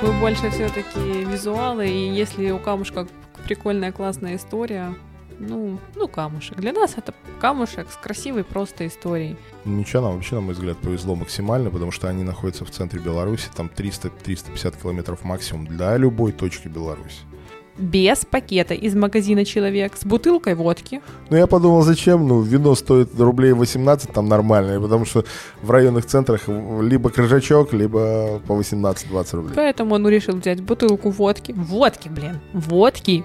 мы больше все-таки визуалы, и если у камушка прикольная, классная история, ну, камушек. Для нас это камушек с красивой просто историей. Ничего, нам вообще, на мой взгляд, повезло максимально, потому что они находятся в центре Беларуси, там 300-350 километров максимум для любой точки Беларуси. Без пакета из магазина «Человек» с бутылкой водки. Ну, я подумал, зачем? Ну, вино стоит рублей 18, там нормальное, потому что в районных центрах либо крыжачок, либо по 18-20 рублей. Поэтому он решил взять бутылку водки. Водки.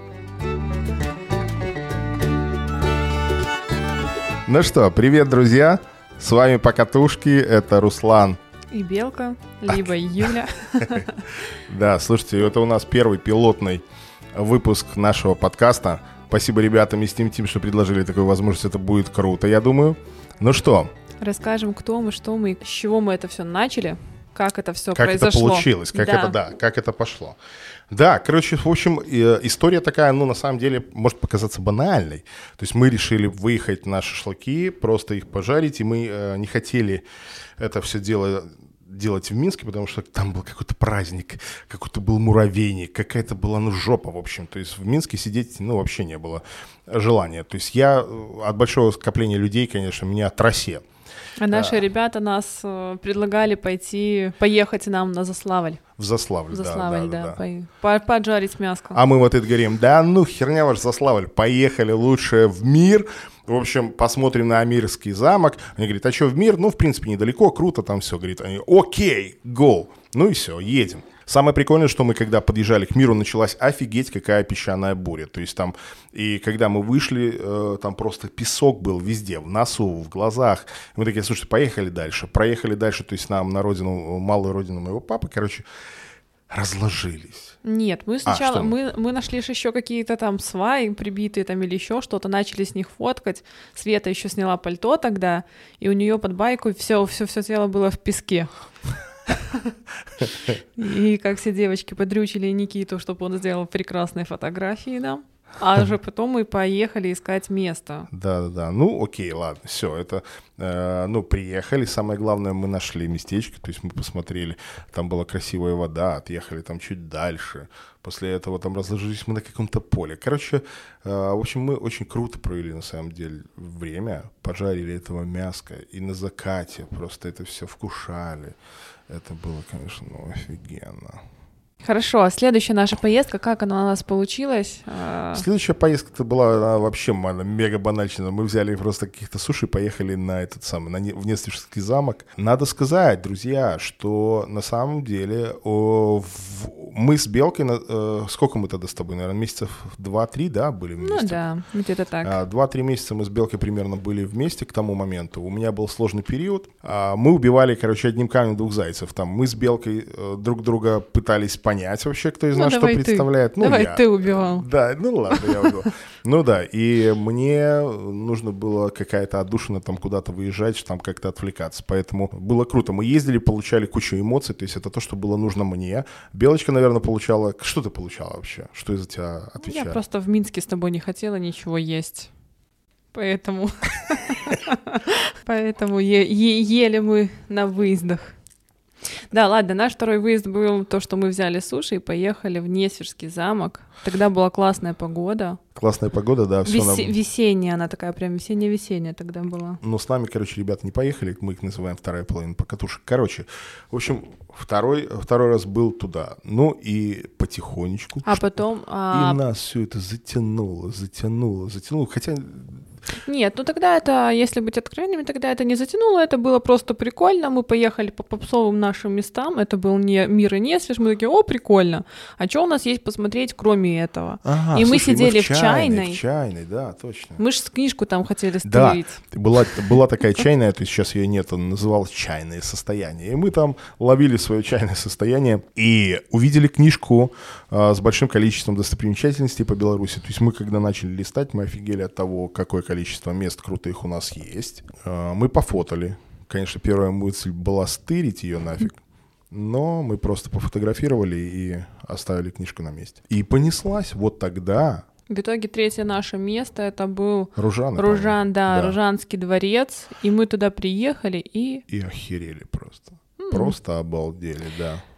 Ну что, привет, друзья! С вами Покатушки, это Руслан. И Белка, либо Юля. Да, слушайте, это у нас первый пилотный выпуск нашего подкаста. Спасибо ребятам из Team Team, что предложили такую возможность. Это будет круто, я думаю. Ну что? Расскажем, кто мы, что мы, с чего мы это все начали, как это все как произошло. Как это получилось, как это пошло. Да, короче, в общем, история такая, ну, на самом деле, может показаться банальной. То есть мы решили выехать на шашлыки, просто их пожарить, и мы не хотели это все делать в Минске, потому что там был какой-то праздник, какой-то был муравейник, какая-то была, жопа, в общем. То есть в Минске сидеть, вообще не было желания. То есть я от большого скопления людей, конечно, меня трасе. А наши ребята нас предлагали поехать нам на Заславль. В Заславль, да. Поджарить мяско. А мы вот это говорим, херня ваш Заславль, поехали лучше в Мир. В общем, посмотрим на Амирский замок. Они говорят, а что в Мир? В принципе, недалеко, круто там все. Говорит, они, окей, go. Ну и все, едем. Самое прикольное, что мы, когда подъезжали к Миру, началась офигеть какая песчаная буря. То есть там, и когда мы вышли, там просто песок был везде, в носу, в глазах. И мы такие, слушайте, поехали дальше. Проехали дальше, то есть нам на родину, малую родину моего папы, разложились. Нет, мы сначала, мы нашли еще какие-то там сваи прибитые там или еще что-то, начали с них фоткать. Света еще сняла пальто тогда, и у нее под байку все тело было в песке. И как все девочки подрючили Никиту, чтобы он сделал прекрасные фотографии нам. А уже потом мы поехали искать место. Да. Окей, ладно, все, это, приехали, самое главное, мы нашли местечко, то есть мы посмотрели, там была красивая вода, отъехали там чуть дальше, после этого там разложились мы на каком-то поле. Короче, в общем, мы очень круто провели, на самом деле, время, пожарили этого мяска, и на закате просто это все вкушали. Это было, конечно, офигенно. Хорошо, а следующая наша поездка, как она у нас получилась? Следующая поездка была вообще мега банальщина. Мы взяли просто каких-то суши и поехали в Несвежский замок. Надо сказать, друзья, что на самом деле мы с Белкой, сколько мы тогда с тобой, наверное, месяцев 2-3, да, были вместе? Ну да, где-то так. 2-3 месяца мы с Белкой примерно были вместе к тому моменту. У меня был сложный период. Мы убивали, одним камнем двух зайцев. Там мы с Белкой друг друга пытались понять вообще, кто из нас что представляет. Давай ты убивал. Да, ладно, я убивал. И мне нужно было какая-то отдушина там куда-то выезжать, там как-то отвлекаться. Поэтому было круто. Мы ездили, получали кучу эмоций, то есть это то, что было нужно мне. Белочка, наверное, получала... Что ты получала вообще? Что из-за тебя отвечает? Я просто в Минске с тобой не хотела ничего есть. Поэтому ели мы на выездах. Да, ладно, наш второй выезд был то, что мы взяли суши и поехали в Несвежский замок. Тогда была классная погода. Классная погода, да. Весенняя она такая, прям весенняя тогда была. Но с нами, ребята не поехали, мы их называем вторая половина покатушек. В общем, второй раз был туда. И потихонечку. А потом... И нас все это затянуло. Хотя... Нет, тогда это, если быть откровенными, тогда это не затянуло, это было просто прикольно. Мы поехали по попсовым нашим местам, это был не Мир и Несвеж, мы такие, прикольно. А что у нас есть посмотреть, кроме этого? И мы сидели в чайной. В чайной, да, точно. Мы же книжку там хотели стырить. Да, была такая чайная, то есть сейчас ее нет, она называлась «Чайное состояние». И мы там ловили свое чайное состояние и увидели книжку с большим количеством достопримечательностей по Беларуси. То есть мы, когда начали листать, мы офигели от того, какое количество мест крутых у нас есть. Мы пофотали. Конечно, первая мысль была стырить ее нафиг. Но мы просто пофотографировали и оставили книжку на месте. И понеслась вот тогда. В итоге третье наше место это был Ружан, да, Ружанский дворец. И мы туда приехали и... И охерели просто. Просто обалдели, да.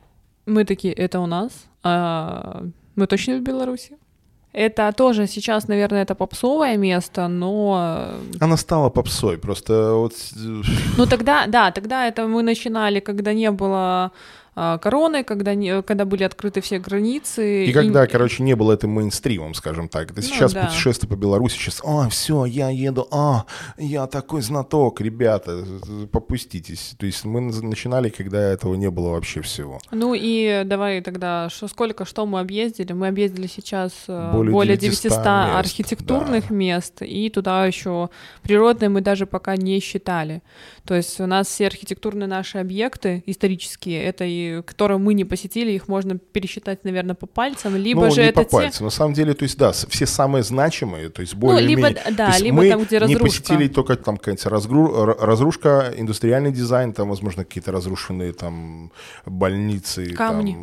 Мы такие, это у нас? Мы точно в Беларуси? Это тоже сейчас, наверное, это попсовое место, но... Она стала попсой, просто вот... Ну тогда это мы начинали, когда не было короны, когда были открыты все границы. И когда, короче, не было это мейнстримом, скажем так. Это сейчас да. путешествие по Беларуси, сейчас, все, я еду, я такой знаток, ребята, попуститесь. То есть мы начинали, когда этого не было вообще всего. Ну и давай тогда, что мы объездили? Мы объездили сейчас более 900 архитектурных мест, и туда еще природные мы даже пока не считали. То есть у нас все архитектурные наши объекты исторические, это и которые мы не посетили, их можно пересчитать, наверное, по пальцам, либо же не это по пальцам. На самом деле, то есть, да, все самые значимые, то есть более-менее. Либо мы там, где разрушка. Не посетили только там какая-то разрушка, индустриальный дизайн, там, возможно, какие-то разрушенные там больницы, камни.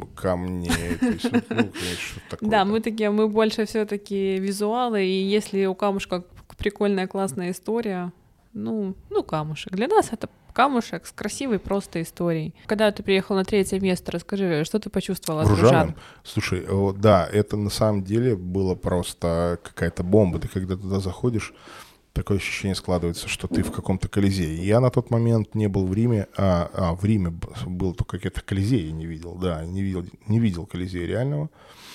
Да, мы больше все-таки визуалы, и если у камушка прикольная, классная история, ну, камушек. Для нас это камушек с красивой просто историей. Когда ты приехал на 3-е место, расскажи, что ты почувствовал от Ружан? Слушай, да, это на самом деле было просто какая-то бомба. Ты когда туда заходишь, такое ощущение складывается, что ты в каком-то Колизее. Я на тот момент не был в Риме, в Риме был только какой-то Колизей, я не видел, да, не видел Колизея реального.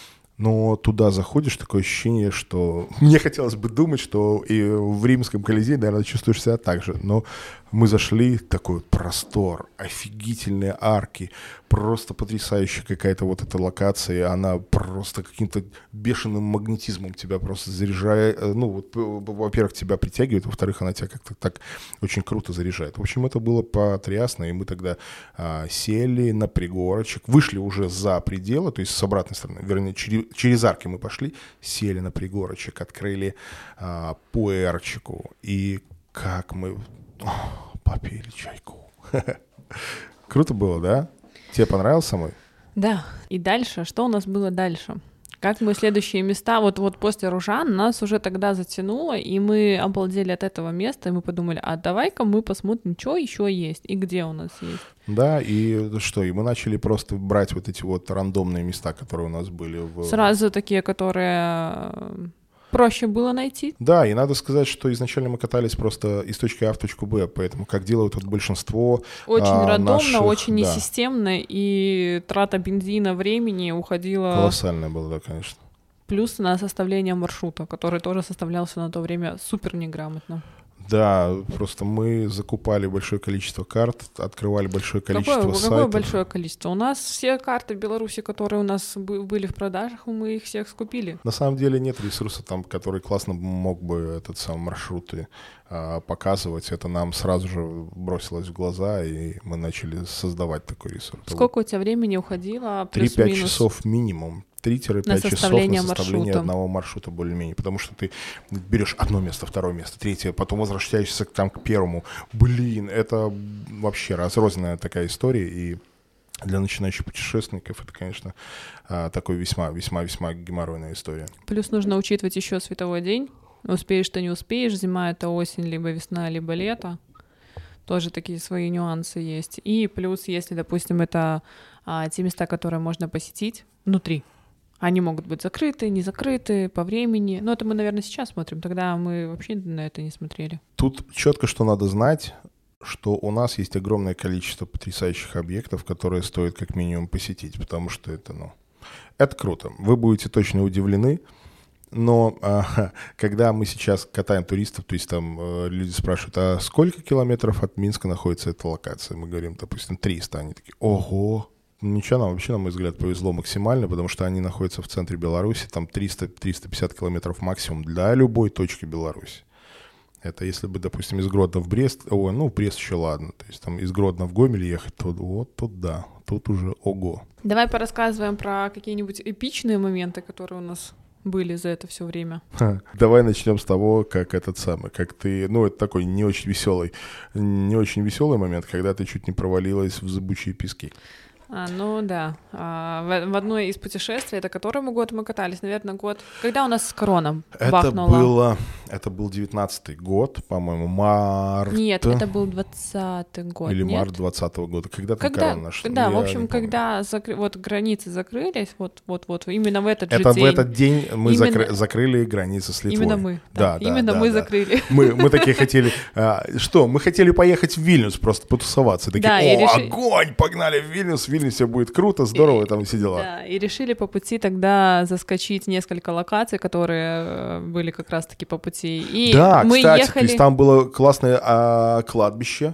Но туда заходишь, такое ощущение, что... Мне хотелось бы думать, что и в Римском Колизее, наверное, чувствуешь себя так же. Но мы зашли, такой простор, офигительные арки, просто потрясающая какая-то вот эта локация, она просто каким-то бешеным магнетизмом тебя просто заряжает. Ну, вот, во-первых, тебя притягивает, во-вторых, она тебя как-то так очень круто заряжает. В общем, это было потрясно, и мы тогда сели на пригорочек, вышли уже за пределы, то есть с обратной стороны, вернее, через арки мы пошли, сели на пригорочек, открыли пуэрчику, и как мы попили чайку. Круто было, да? Тебе понравился мой? Да. И дальше, что у нас было дальше? Как мы следующие места, вот после Ружан нас уже тогда затянуло, и мы обалдели от этого места, и мы подумали, а давай-ка мы посмотрим, что еще есть и где у нас есть. Да, и что, и мы начали просто брать вот эти вот рандомные места, которые у нас были. Сразу такие, которые... проще было найти. Да, и надо сказать, что изначально мы катались просто из точки А в точку Б, поэтому как делают вот большинство очень рандомно, наших, очень несистемно, и трата бензина, времени уходила... Колоссальная была, да, конечно. Плюс на составление маршрута, который тоже составлялся на то время супер неграмотно. Да, просто мы закупали большое количество карт, открывали большое количество сайтов. Какое большое количество? У нас все карты в Беларуси, которые у нас были в продажах, мы их всех скупили. На самом деле нет ресурса там, который классно мог бы этот сам маршруты показывать. Это нам сразу же бросилось в глаза, и мы начали создавать такой ресурс. Сколько у тебя времени уходило? 3-5 часов минимум. 3-5 часов на составление одного маршрута более-менее, потому что ты берешь одно место, второе место, третье, потом возвращаешься там к первому. Блин, это вообще разрозненная такая история, и для начинающих путешественников это, конечно, такой весьма-весьма геморройная история. Плюс нужно учитывать еще световой день. Успеешь ты, не успеешь, зима — это осень, либо весна, либо лето. Тоже такие свои нюансы есть. И плюс, если, допустим, это те места, которые можно посетить внутри, они могут быть закрыты, не закрыты по времени. Но это мы, наверное, сейчас смотрим. Тогда мы вообще на это не смотрели. Тут четко что надо знать, что у нас есть огромное количество потрясающих объектов, которые стоит как минимум посетить, потому что это круто. Вы будете точно удивлены. Но когда мы сейчас катаем туристов, то есть там люди спрашивают, а сколько километров от Минска находится эта локация? Мы говорим, допустим, 300. Они такие, ого! Ничего, нам вообще, на мой взгляд, повезло максимально, потому что они находятся в центре Беларуси, там 300-350 километров максимум для любой точки Беларуси. Это если бы, допустим, из Гродно в Брест, в Брест еще ладно, то есть там из Гродно в Гомель ехать, то вот тут да, тут уже ого. Давай порассказываем про какие-нибудь эпичные моменты, которые у нас были за это все время. Давай начнем с того, как ты, это такой не очень веселый момент, когда ты чуть не провалилась в зыбучие пески. Ну да. В одной из путешествий, это который год мы катались, наверное, год. Когда у нас с короном бахнуло? Это был 19-й год, по-моему, март. Нет, это был 20-й год. Или нет? март 20-го года. Когда там корона нашла? Да, в общем, когда вот границы закрылись, вот, именно в этот же день. день. В этот день мы закрыли границы с Литвой. Именно мы. Да, именно мы закрыли. Мы такие хотели... Что? Мы хотели поехать в Вильнюс, просто потусоваться. Такие, огонь, погнали в Вильнюс. В Вильнюсе будет круто, здорово, там все дела. Да, и решили по пути тогда заскочить несколько локаций, которые были как раз-таки по пути. И да, мы кстати, ехали... то есть там было классное кладбище.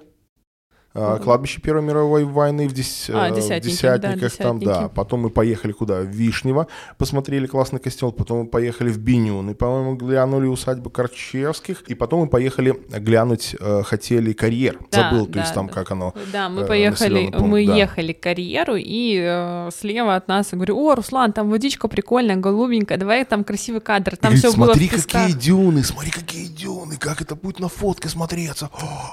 Кладбище Первой мировой войны в Десятниках, там, да. Потом мы поехали куда? В Вишнево, посмотрели классный костел, потом мы поехали в Бенюн, и, по-моему, глянули усадьбу Корчевских, и потом мы поехали глянуть, хотели карьер. Забыл, то есть там как оно. Да, мы поехали, ехали к карьеру, и слева от нас, я говорю, о, Руслан, там водичка прикольная, голубенькая, давай там красивый кадр, там все было в песках. Смотри, какие дюны, как это будет на фотке смотреться.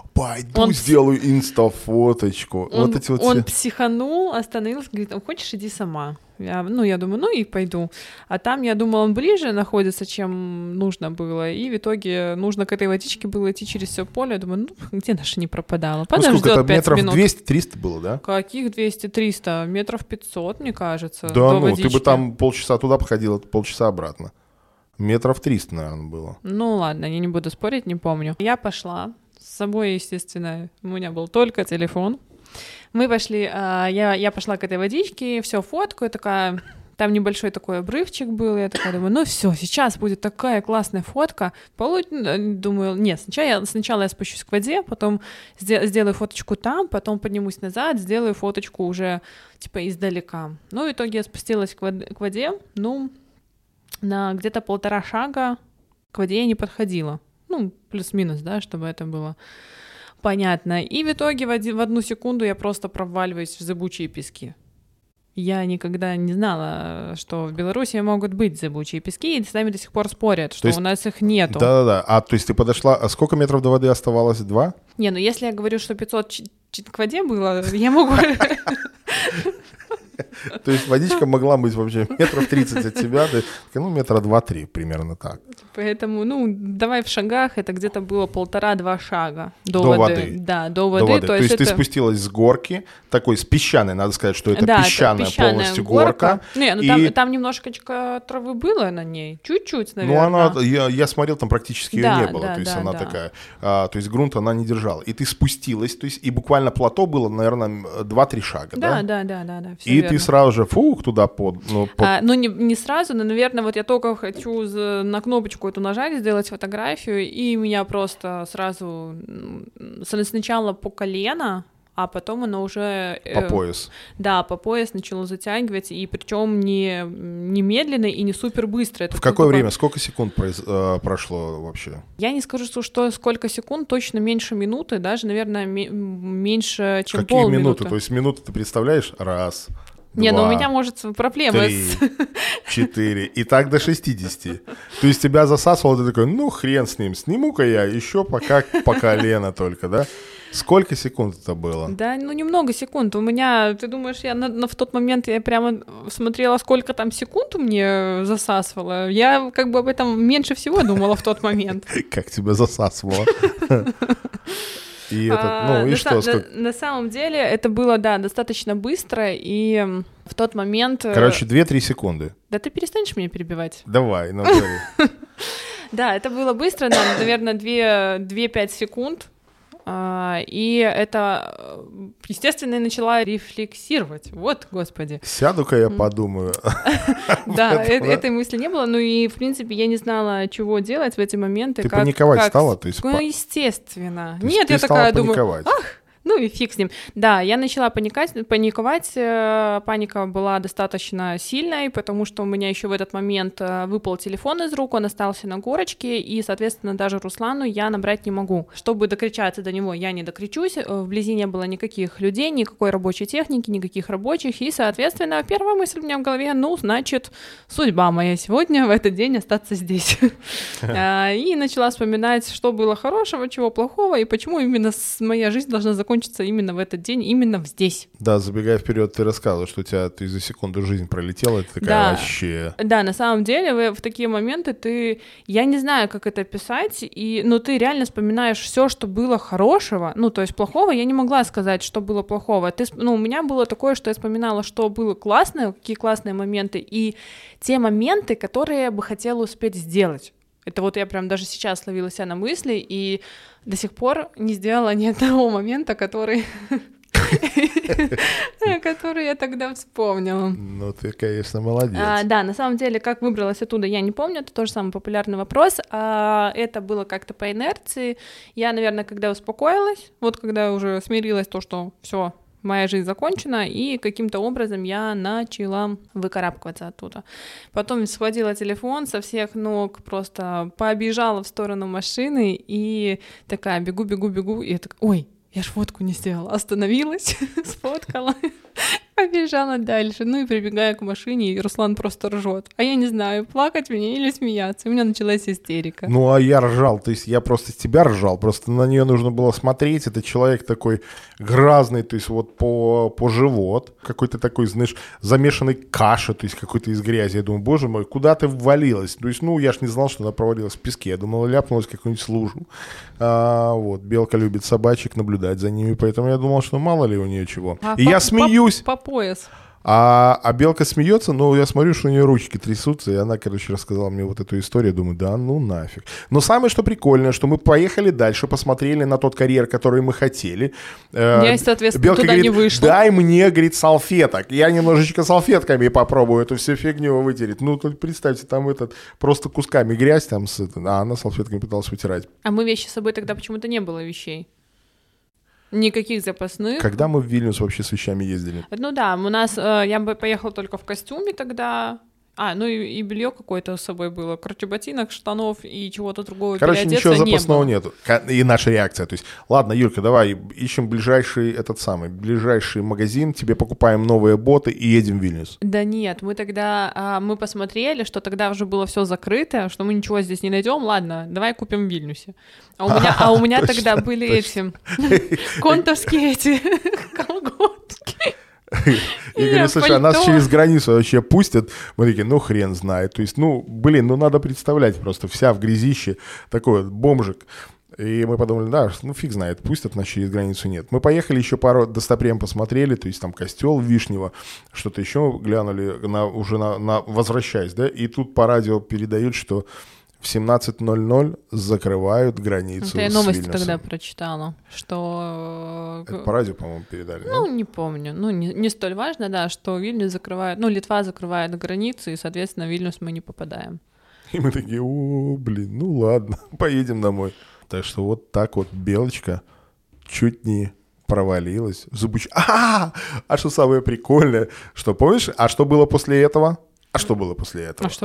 Пойду сделаю инста-фоточку. Он психанул, остановился, говорит, хочешь, иди сама. Я думаю, и пойду. А там, я думала, он ближе находится, чем нужно было. И в итоге нужно к этой водичке было идти через все поле. Я думаю, где наша не пропадала? Подождет 5 метров минут. 200-300 было, да? Каких 200-300? Метров 500, мне кажется. Да, водички. Ты бы там полчаса туда походила, полчаса обратно. Метров 300, наверное, было. Ну ладно, я не буду спорить, не помню. Я пошла. С собой, естественно, у меня был только телефон. Мы пошли, я пошла к этой водичке, все фоткаю, такая, там небольшой такой обрывчик был, я такая думаю, все, сейчас будет такая классная фотка. Думаю, нет, сначала я спущусь к воде, потом сделаю фоточку там, потом поднимусь назад, сделаю фоточку уже типа издалека. В итоге я спустилась к воде, на где-то 1,5 шага к воде я не подходила. Плюс-минус, да, чтобы это было понятно. И в итоге в одну секунду я просто проваливаюсь в зыбучие пески. Я никогда не знала, что в Беларуси могут быть зыбучие пески, и с нами до сих пор спорят, что у нас их нету. Да-да-да. То есть ты подошла... А сколько метров до воды оставалось? 2? Не, если я говорю, что 500 к воде было, я могу... То есть водичка могла быть вообще метров 30 от тебя, метра 2-3, примерно так. Поэтому, давай в шагах, это где-то было 1,5-2 шага до воды. Да, до воды. То есть ты спустилась с горки, такой с песчаной, надо сказать, что это песчаная полностью горка. Там немножечко травы было на ней, чуть-чуть, наверное. Я смотрел, там практически ее не было, то есть она такая, то есть грунт она не держала. И ты спустилась, то есть и буквально плато было, наверное, 2-3 шага, да? Да, все и верно. Ты сразу же туда не сразу, но, наверное, вот я только хочу на кнопочку эту нажать, сделать фотографию, и меня просто сразу сначала по колено, а потом оно уже... По пояс. Да, по пояс начало затягивать, и причем не медленно и не супер быстро. В какое время? Сколько секунд прошло вообще? Я не скажу, что сколько секунд, точно меньше минуты, даже, наверное, меньше, чем полминуты. Какие минуты? То есть минуты ты представляешь? 1, 2, у меня, может, проблемы 3, 4, и так до 60. То есть тебя засасывало, ты такой, хрен с ним, сниму-ка я еще пока по колено только, да? Сколько секунд это было? Да, немного секунд. У меня, ты думаешь, я в тот момент я прямо смотрела, сколько там секунд мне засасывало. Я как бы об этом меньше всего думала в тот момент. Как тебя засасывало? И на самом деле это было, достаточно быстро, и в тот момент... 2-3 секунды. Да ты перестанешь меня перебивать? Давай, говори. Да, это было быстро, наверное, 2-5 секунд. И это, естественно, я начала рефлексировать. Вот, господи. Сяду-ка я подумаю. Да, этой мысли не было. И, в принципе, я не знала, чего делать в эти моменты. Ты паниковать стала? Естественно. Нет, я такая думаю, и фиг с ним. Да, я начала паниковать. Паника была достаточно сильной, потому что у меня еще в этот момент выпал телефон из рук, он остался на горочке, и, соответственно, даже Руслану я набрать не могу. Чтобы докричаться до него, я не докричусь. Вблизи не было никаких людей, никакой рабочей техники, никаких рабочих, и, соответственно, первая мысль у меня в голове, значит, судьба моя сегодня в этот день остаться здесь. И начала вспоминать, что было хорошего, чего плохого, и почему именно моя жизнь должна закончиться закончится именно в этот день, именно здесь. Да, забегая вперед, ты рассказывала, что у тебя ты за секунду жизнь пролетела, это такая вообще... Да, на самом деле в такие моменты я не знаю, как это описать, но ты реально вспоминаешь все, что было хорошего, то есть плохого я не могла сказать, что было плохого. У меня было такое, что я вспоминала, что было классное, какие классные моменты, и те моменты, которые я бы хотела успеть сделать. Это вот я прям даже сейчас ловила себя на мысли и до сих пор не сделала ни одного момента, который я тогда вспомнила. Ну, ты, конечно, молодец. Да, на самом деле, как выбралась оттуда, я не помню, это тоже самый популярный вопрос. Это было как-то по инерции. Я, наверное, когда успокоилась, вот когда уже смирилась то, что все, моя жизнь закончена, и каким-то образом я начала выкарабкиваться оттуда. Потом схватила телефон со всех ног, просто пообежала в сторону машины и такая бегу, и я такая, ой, я ж фотку не сделала. Остановилась, сфоткала, побежала дальше. И прибегаю к машине, и Руслан просто ржет. А я не знаю, плакать мне или смеяться. У меня началась истерика. Ну, а я ржал, то есть я просто с тебя ржал, просто на нее нужно было смотреть. Это человек такой грязный, то есть вот по живот, какой-то такой, знаешь, замешанный каша, то есть какой-то из грязи. Я думаю, боже мой, куда ты ввалилась? То есть, я ж не знал, что она провалилась в песке. Я думал, ляпнулась в какую-нибудь лужу. Вот, белка любит собачек, наблюдать за ними, поэтому я думал, что мало ли у нее чего. И я смеюсь. По пояс. А белка смеется, но я смотрю, что у нее ручки трясутся, и она, рассказала мне вот эту историю, думаю, да ну нафиг. Но самое, что прикольное, что мы поехали дальше, посмотрели на тот карьер, который мы хотели. Я, соответственно, белка туда говорит, не вышла. дай мне, говорит, салфеток. Я немножечко салфетками попробую эту всю фигню вытереть. Тут представьте, там просто кусками грязь там, а она салфетками пыталась вытирать. А мы вещи с собой тогда почему-то не было вещей. Никаких запасных. Когда мы в Вильнюс вообще с вещами ездили? Ну да, я бы поехала только в костюме тогда. И белье какое-то с собой было. Короче, ботинок, штанов и чего-то другого переодеться ничего запасного не было. нету. И наша реакция. То есть, ладно, Юлька, давай ищем ближайший магазин, тебе покупаем новые боты и едем в Вильнюс. Да нет, мы посмотрели, что тогда уже было все закрыто, что мы ничего здесь не найдем. Ладно, давай купим в Вильнюсе. А у меня тогда были эти конторские колготки. Я говорю, слушай, а нас через границу вообще пустят? Мы такие, хрен знает. То есть, надо представлять просто, вся в грязище, такой вот бомжик. И мы подумали, да, фиг знает, пустят нас через границу, нет. Мы поехали еще пару достопрем посмотрели, то есть там костел Вишнево, что-то еще глянули, возвращаясь, да, и тут по радио передают, что в 17:00 закрывают границу. Это я новости тогда прочитала, что... Это по радио, по-моему, передали, не помню. Не столь важно, да, что Вильнюс закрывает... Литва закрывает границы, и, соответственно, в Вильнюс мы не попадаем. И мы такие, ладно, поедем домой. Так что вот так вот белочка чуть не провалилась. А что самое прикольное, что, помнишь, а что было после этого? А что было после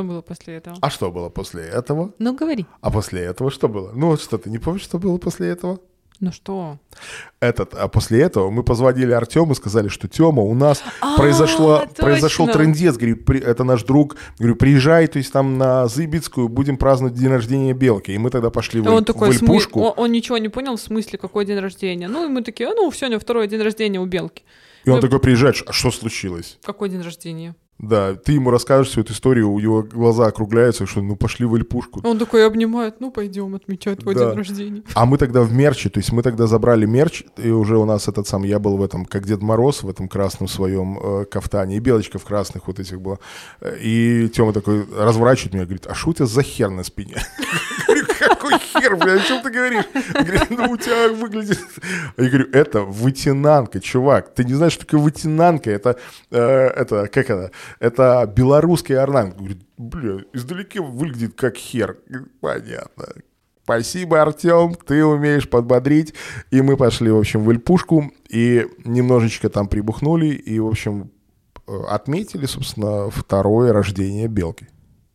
этого? Ну, говори. А после этого что было? Что, ты не помнишь, что было после этого? Ну что? А после этого мы позвонили Артему и сказали, что Тёма, у нас произошел трындец, говорю, это наш друг, говорю, приезжай, то есть там на Зыбицкую, будем праздновать день рождения белки. И мы тогда пошли в Ильпушку. Он ничего не понял, в смысле, какой день рождения. И мы такие, сегодня второй день рождения у белки. И он такой приезжает, а что случилось? Какой день рождения? Да, ты ему расскажешь всю эту историю, у него глаза округляются, что пошли в Ильпушку. Он такой обнимает, пойдем отмечать твой день рождения. А мы тогда в мерче, то есть мы тогда забрали мерч, и уже у нас я был в этом, как Дед Мороз, в этом красном своем кафтане, и белочка в красных вот этих была. И Тёма такой разворачивает меня, говорит, а что у тебя за хер на спине? Говорю, какой хер, блядь, о чем ты говоришь? Говорит, у тебя выглядит... Я говорю, это вытянанка, чувак, ты не знаешь, что такое вытянанка, это как это? Это белорусский орнамент. Говорит, издалека выглядит как хер. Понятно. Спасибо, Артем, ты умеешь подбодрить. И мы пошли, в общем, в Ильпушку и немножечко там прибухнули и, в общем, отметили, собственно, второе рождение белки.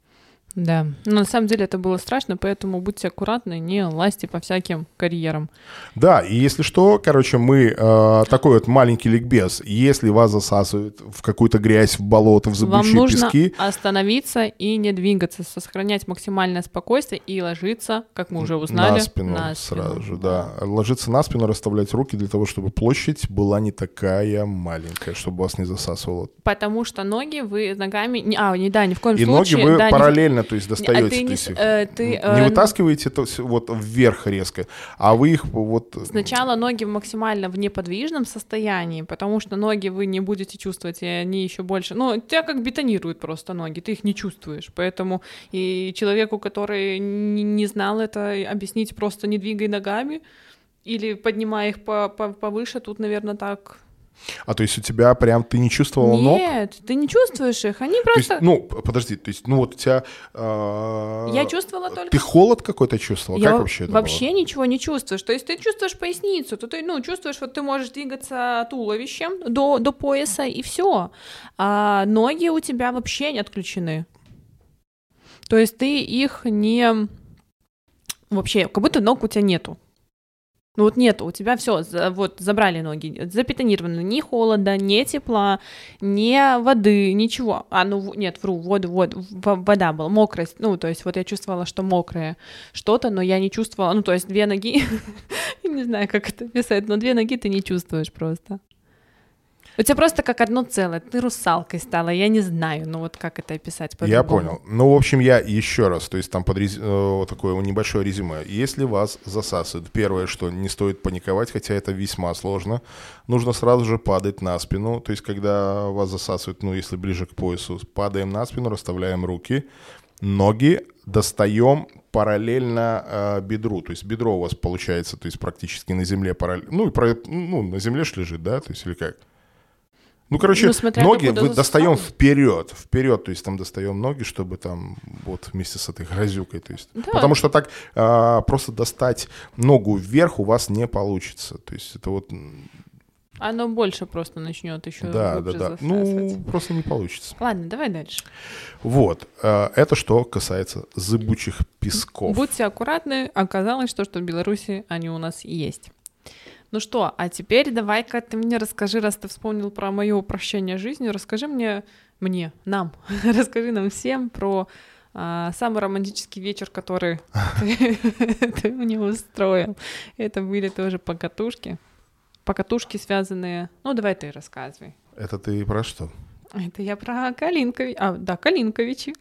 Да, но на самом деле это было страшно, поэтому будьте аккуратны, не лазьте по всяким карьерам. Да, и если что, короче, мы такой вот маленький ликбез. Если вас засасывают в какую-то грязь, в болото, в зыбучие Вам нужно пески... остановиться и не двигаться, сохранять максимальное спокойствие и ложиться, как мы уже узнали, на спину сразу же, да. Ложиться на спину, расставлять руки для того, чтобы площадь была не такая маленькая, чтобы вас не засасывало. Потому что ноги вы ногами... ни в коем и случае... И ноги вы да, параллельно, то есть достаете. Не вытаскиваете это вот вверх резко, а вы их вот... Сначала ноги максимально в неподвижном состоянии, потому что ноги вы не будете чувствовать, и они еще больше... Ну, тебя как бетонируют просто ноги, ты их не чувствуешь, поэтому и человеку, который не знал это, объяснить просто не двигай ногами или поднимай их повыше, тут, наверное, так... А то есть у тебя прям ты не чувствовала ног? Нет, ты не чувствуешь их, они просто... То есть, подожди, то есть, вот у тебя... Я чувствовала только... Ты холод какой-то чувствовала? Как вообще это вообще было? ничего не чувствуешь. То есть ты чувствуешь поясницу, то ты, чувствуешь, вот ты можешь двигаться туловищем до пояса, и все. А ноги у тебя вообще не отключены. То есть ты их не... Вообще, как будто ног у тебя нету. Ну вот нету, у тебя все, вот забрали ноги, запетонированы, ни холода, ни тепла, ни воды, ничего. Вода была мокрая, то есть вот я чувствовала, что мокрое что-то, но я не чувствовала, то есть 2 ноги, не знаю, как это писать, но 2 ноги ты не чувствуешь просто. У тебя просто как одно целое, ты русалкой стала, я не знаю, вот как это описать по-другому. Я понял. В общем, я еще раз, то есть там вот такое небольшое резюме. Если вас засасывает, первое, что не стоит паниковать, хотя это весьма сложно, нужно сразу же падать на спину, то есть когда вас засасывает, если ближе к поясу, падаем на спину, расставляем руки, ноги достаем параллельно бедру, то есть бедро у вас получается, то есть практически на земле на земле ж лежит, да, то есть или как? Ноги мы достаем вперед, то есть там достаем ноги, чтобы там вот вместе с этой грозюкой, то есть, да. Потому что так просто достать ногу вверх у вас не получится, то есть это вот... Оно больше просто начнет еще глубже засасывать. Просто не получится. Ладно, давай дальше. Вот, это что касается зыбучих песков. Будьте аккуратны, оказалось, что в Беларуси они у нас есть. Ну что, а теперь давай-ка ты мне расскажи, раз ты вспомнил про мое упрощение жизни, расскажи нам, расскажи нам всем про самый романтический вечер, который ты мне устроил. Это были тоже покатушки, связанные... давай ты рассказывай. Это ты про что? Это я про Калинковичи. Калинковичи.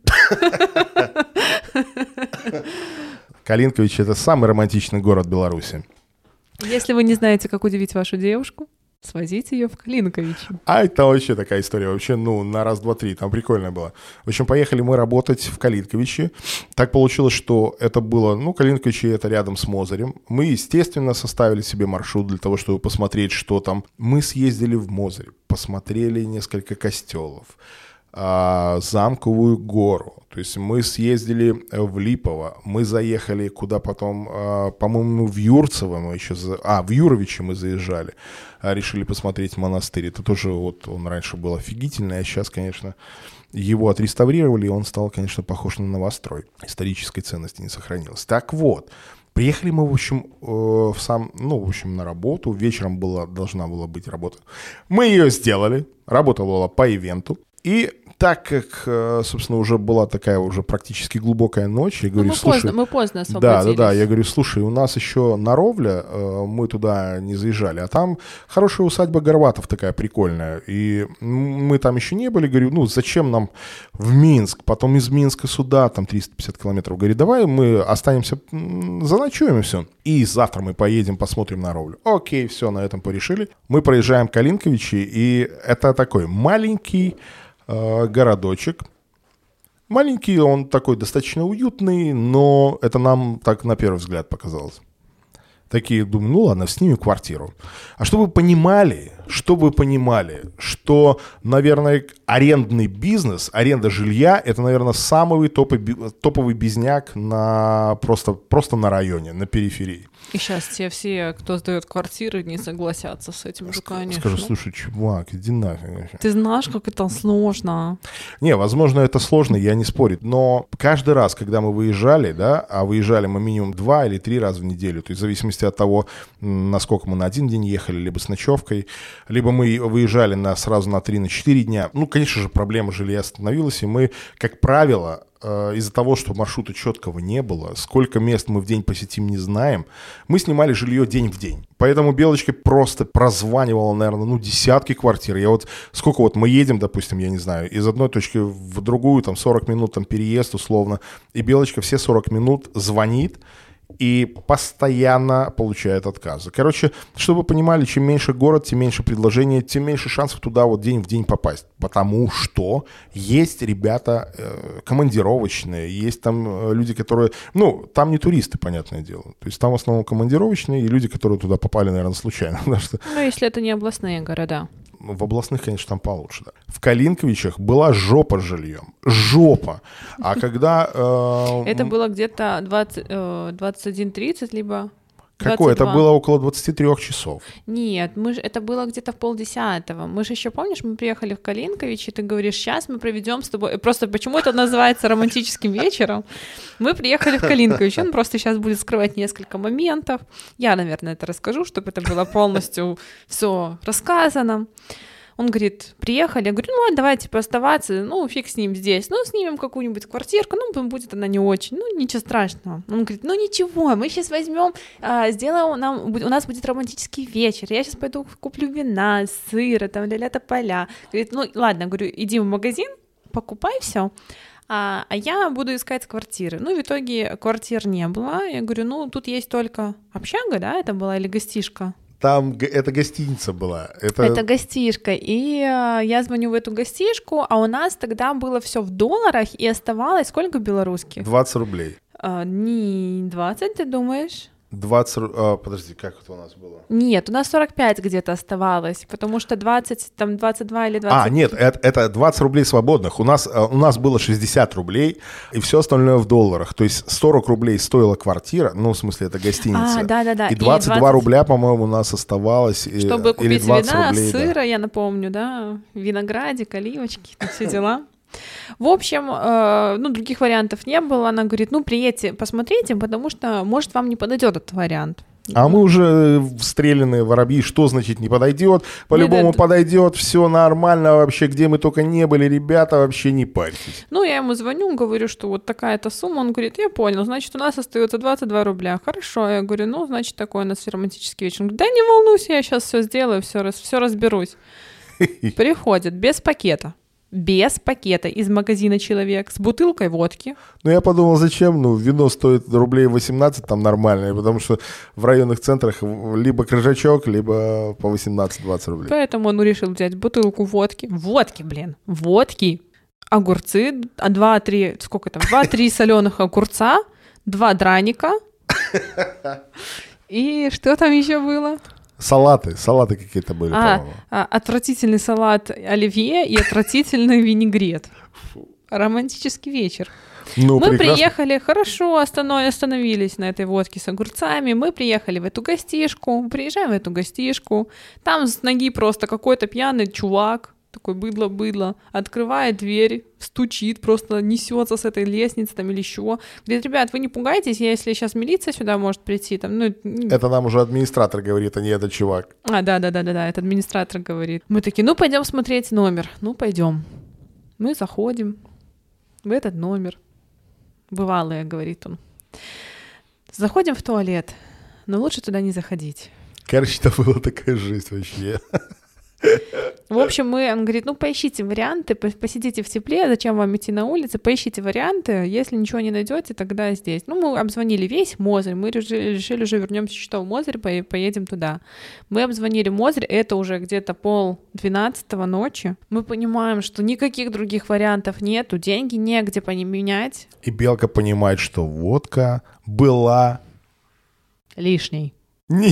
Калинковичи — это самый романтичный город Беларуси. Если вы не знаете, как удивить вашу девушку, свозите ее в Калинковичи. А это вообще такая история, вообще, на раз, два, три, там прикольно было. В общем, поехали мы работать в Калинковичи. Так получилось, что это было, Калинковичи — это рядом с Мозырем. Мы, естественно, составили себе маршрут для того, чтобы посмотреть, что там. Мы съездили в Мозырь, посмотрели несколько костелов, Замковую гору. То есть мы съездили в Липово, мы заехали куда потом, по-моему, в Юрцево мы еще... в Юровичи мы заезжали, решили посмотреть монастырь. Это тоже он раньше был офигительный, а сейчас, конечно, его отреставрировали, и он стал, конечно, похож на новострой. Исторической ценности не сохранилось. Так вот, приехали мы, в общем, на работу. Вечером должна была быть работа. Мы ее сделали. Работа была по ивенту. И так как, собственно, уже была такая уже практически глубокая ночь, я говорю, мы поздно освободились. Да, я говорю, слушай, у нас еще на Ровля, мы туда не заезжали, а там хорошая усадьба Горватов такая прикольная, и мы там еще не были, говорю, зачем нам в Минск, потом из Минска сюда, там 350 километров, говорю, давай мы останемся, заночуем и все, и завтра мы поедем, посмотрим на Ровлю. Окей, все, на этом порешили. Мы проезжаем Калинковичи, и это такой маленький городочек. Маленький, он такой достаточно уютный, но это нам так на первый взгляд показалось. Такие, думаю, ладно, снимем квартиру. А чтобы вы понимали, Чтобы вы понимали, что, наверное, арендный бизнес, аренда жилья, это, наверное, самый топовый bizняк просто на районе, на периферии. И сейчас все, кто сдает квартиры, не согласятся с этим же, конечно. Скажу, слушай, чувак, иди нафиг. Ты знаешь, как это сложно. Не, возможно, это сложно, я не спорю. Но каждый раз, когда мы выезжали, да, а выезжали мы минимум 2 или 3 раза в неделю, то есть в зависимости от того, насколько мы на один день ехали, либо с ночевкой, либо мы выезжали сразу на 3-4 дня, ну, конечно же, проблема жилья становилась, и мы, как правило, из-за того, что маршрута четкого не было, сколько мест мы в день посетим, не знаем, мы снимали жилье день в день. Поэтому Белочка просто прозванивала, наверное, десятки квартир. Сколько мы едем, допустим, я не знаю, из одной точки в другую, 40 минут переезд условно, и Белочка все 40 минут звонит и постоянно получает отказы. Короче, чтобы вы понимали, чем меньше город, тем меньше предложений, тем меньше шансов туда день в день попасть. Потому что есть ребята командировочные, есть там люди, которые... там не туристы, понятное дело. То есть там в основном командировочные и люди, которые туда попали, наверное, случайно. Если это не областные города. В областных, конечно, там получше. Да. В Калинковичах была жопа с жильем. Жопа. А когда... Это было где-то 21:30, либо... Какое? Это было около 23 часов. Нет, это было где-то в 9:30. Мы же еще, помнишь, мы приехали в Калинкович, и ты говоришь, сейчас мы проведем с тобой... Просто почему это называется романтическим вечером? Мы приехали в Калинкович, он просто сейчас будет скрывать несколько моментов. Я, наверное, это расскажу, чтобы это было полностью все рассказано. Он говорит, приехали, я говорю, ладно, давайте оставаться, фиг с ним здесь, снимем какую-нибудь квартирку, будет она не очень, ничего страшного. Он говорит, ничего, мы сейчас возьмем, сделаем, у нас будет романтический вечер, я сейчас пойду куплю вина, сыра, ля-ля тополя. Говорит, ладно, говорю, иди в магазин, покупай все. А я буду искать квартиры. В итоге квартир не было. Я говорю, тут есть только общага, да, это была, или гостишка? Там это гостиница была. Это гостишка. И я звоню в эту гостишку, а у нас тогда было все в долларах, и оставалось сколько белорусских? 20 рублей. Не 20, ты думаешь? 20, подожди, как это у нас было? Нет, у нас 45 где-то оставалось, потому что 20, 22 или 20... нет, это 20 рублей свободных. У нас было 60 рублей, и все остальное в долларах. То есть 40 рублей стоила квартира, в смысле, это гостиница. Да. И 22 рубля, по-моему, у нас оставалось. Чтобы купить вина, рублей, сыра, да. Я напомню, да, виноградик, оливочки, все дела. В общем, других вариантов не было. Она говорит, приедьте, посмотрите, потому что, может, вам не подойдет этот вариант. А мы уже стрелянные воробьи, что значит не подойдет? По-любому подойдет, все нормально вообще, где мы только не были, ребята, вообще не парьтесь. Я ему звоню, говорю, что вот такая-то сумма, он говорит, я понял, значит, у нас остается 22 рубля. Хорошо, я говорю, значит, такой у нас романтический вечер. Он говорит, да не волнуйся, я сейчас все сделаю, все разберусь. Приходит без пакета. Без пакета из магазина человек с бутылкой водки. Я подумал, зачем? Вино стоит рублей 18, там нормальное, потому что в районных центрах либо крыжачок, либо по 18-20 рублей. Поэтому он решил взять бутылку водки. Водки. Огурцы, 2-3 соленых огурца, 2 драника. И что там еще было? Салаты какие-то были, по-моему. Отвратительный салат оливье и отвратительный винегрет. Романтический вечер. Мы прекрасно. Приехали, хорошо, остановились на этой водке с огурцами, мы приехали в эту гостишку, приезжаем в эту гостишку, там с ноги просто какой-то пьяный чувак, такой быдло, открывает дверь, стучит, просто несется с этой лестницы или еще. Говорит, ребят, вы не пугайтесь, если сейчас милиция сюда может прийти. Это нам уже администратор говорит, а не этот чувак. Да, это администратор говорит. Мы такие, пойдем смотреть номер. Пойдем. Мы заходим в этот номер. Бывалое, говорит он. Заходим в туалет, но лучше туда не заходить. Короче, это была такая жизнь вообще. В общем, он говорит, поищите варианты, посидите в тепле, зачем вам идти на улицу, поищите варианты, если ничего не найдете, тогда здесь. Мы обзвонили весь Мозырь, мы решили уже вернемся что в Мозырь, поедем туда. Мы обзвонили Мозырь, это уже где-то 11:30 ночи. Мы понимаем, что никаких других вариантов нету, деньги негде поменять. И Белка понимает, что водка была... лишней. Нет!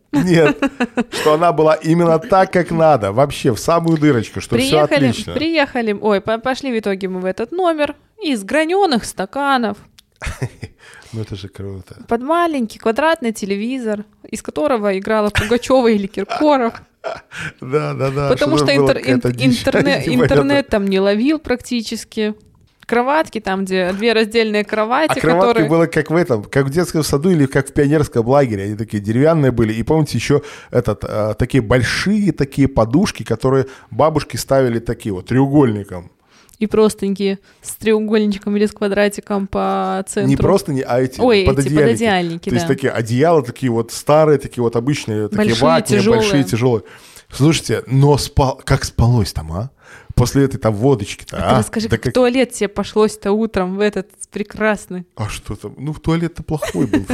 Нет, что она была именно так, как надо, вообще в самую дырочку, что все отлично. Приехали, пошли в итоге мы в этот номер из граненых стаканов. Ну это же круто. Под маленький квадратный телевизор, из которого играла Пугачева или Киркоров. Да. Потому что интернет там не ловил практически. Кроватки там, где 2 раздельные кровати, кроватки было как как в детском саду или как в пионерском лагере. Они такие деревянные были. И помните, еще такие большие такие подушки, которые бабушки ставили такие вот треугольником. И простенькие с треугольничком или с квадратиком по центру. Не просто, а эти пододеяльники. То есть такие одеяла, такие вот старые, такие вот обычные, такие ватные, большие, тяжелые. Слушайте, но как спалось там, а? После этой там водочки-то, Ты расскажи, как в туалет тебе пошлось-то утром в этот прекрасный. А что там? Ну, в туалет-то плохой был.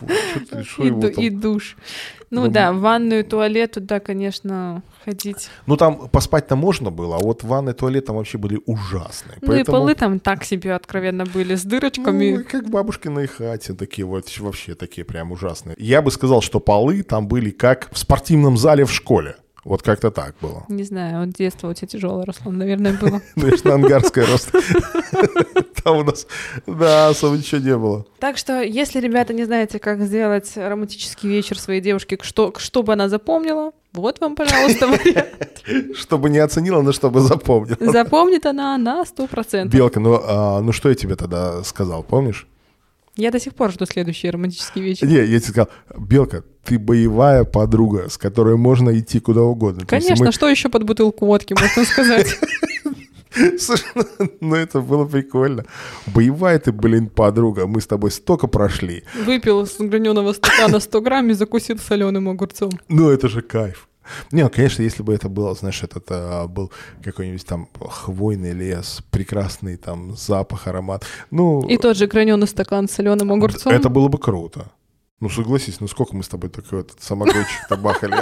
И душ. Ну да, в ванную, туалет туда, конечно, ходить. Ну там поспать-то можно было, а вот ванны, туалет там вообще были ужасные. Ну и полы там так себе откровенно были, с дырочками. Ну, как в бабушкиной хате, такие вот, вообще такие прям ужасные. Я бы сказал, что полы там были как в спортивном зале в школе. Вот как-то так было. Не знаю, вот детство у тебя тяжелое, Руслан, наверное, было. Конечно, ангарская рост. Там у нас, да, особо ничего не было. Так что, если, ребята, не знаете, как сделать романтический вечер своей девушке, чтобы она запомнила, вот вам, пожалуйста, вариант. Чтобы не оценила, но чтобы запомнила. Запомнит она на 100%. Белка, ну что я тебе тогда сказал, помнишь? Я до сих пор жду следующий романтический вечер. Не, я тебе сказал, Белка, ты боевая подруга, с которой можно идти куда угодно. Конечно, что еще под бутылку водки можно сказать? Слушай, ну это было прикольно. Боевая ты, подруга, мы с тобой столько прошли. Выпил с граненого стакана 100 грамм и закусил соленым огурцом. Ну это же кайф. Не, ну, конечно, если бы это было, знаешь, был какой-нибудь там хвойный лес, прекрасный там запах, аромат. Ну, и тот же граненый стакан с соленым огурцом. Это было бы круто. Ну, согласись, ну сколько мы с тобой такой вот самогонщик-то бахали.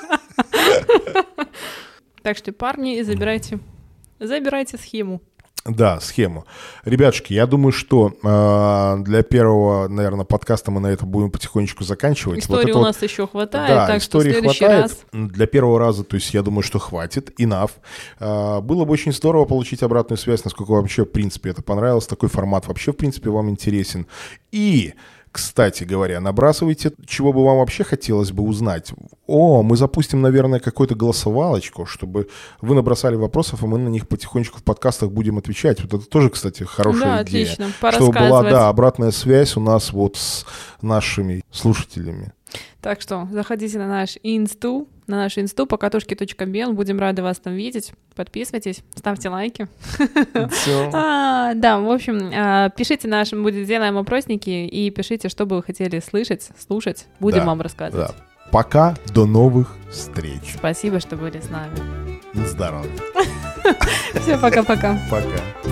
Так что, парни, забирайте схему. Да, схему. Ребятушки, я думаю, что для первого, наверное, подкаста мы на это будем потихонечку заканчивать. Истории у нас еще хватает, да, так что в следующий раз... Для первого раза, то есть я думаю, что хватит, enough. Было бы очень здорово получить обратную связь, насколько вообще, в принципе, это понравилось. Такой формат вообще, в принципе, вам интересен. И... Кстати говоря, набрасывайте, чего бы вам вообще хотелось бы узнать. Мы запустим, наверное, какую-то голосовалочку, чтобы вы набросали вопросов, и мы на них потихонечку в подкастах будем отвечать. Вот это тоже, кстати, хорошая идея. Отлично, чтобы была, обратная связь у нас вот с нашими слушателями. Так что заходите на нашу инсту покатушки.бел. Будем рады вас там видеть. Подписывайтесь, ставьте лайки. Да, в общем, пишите сделаем опросники и пишите, что бы вы хотели слышать, слушать. Будем вам рассказывать. Пока, до новых встреч. Спасибо, что были с нами. Здорово. Все, пока-пока. Пока.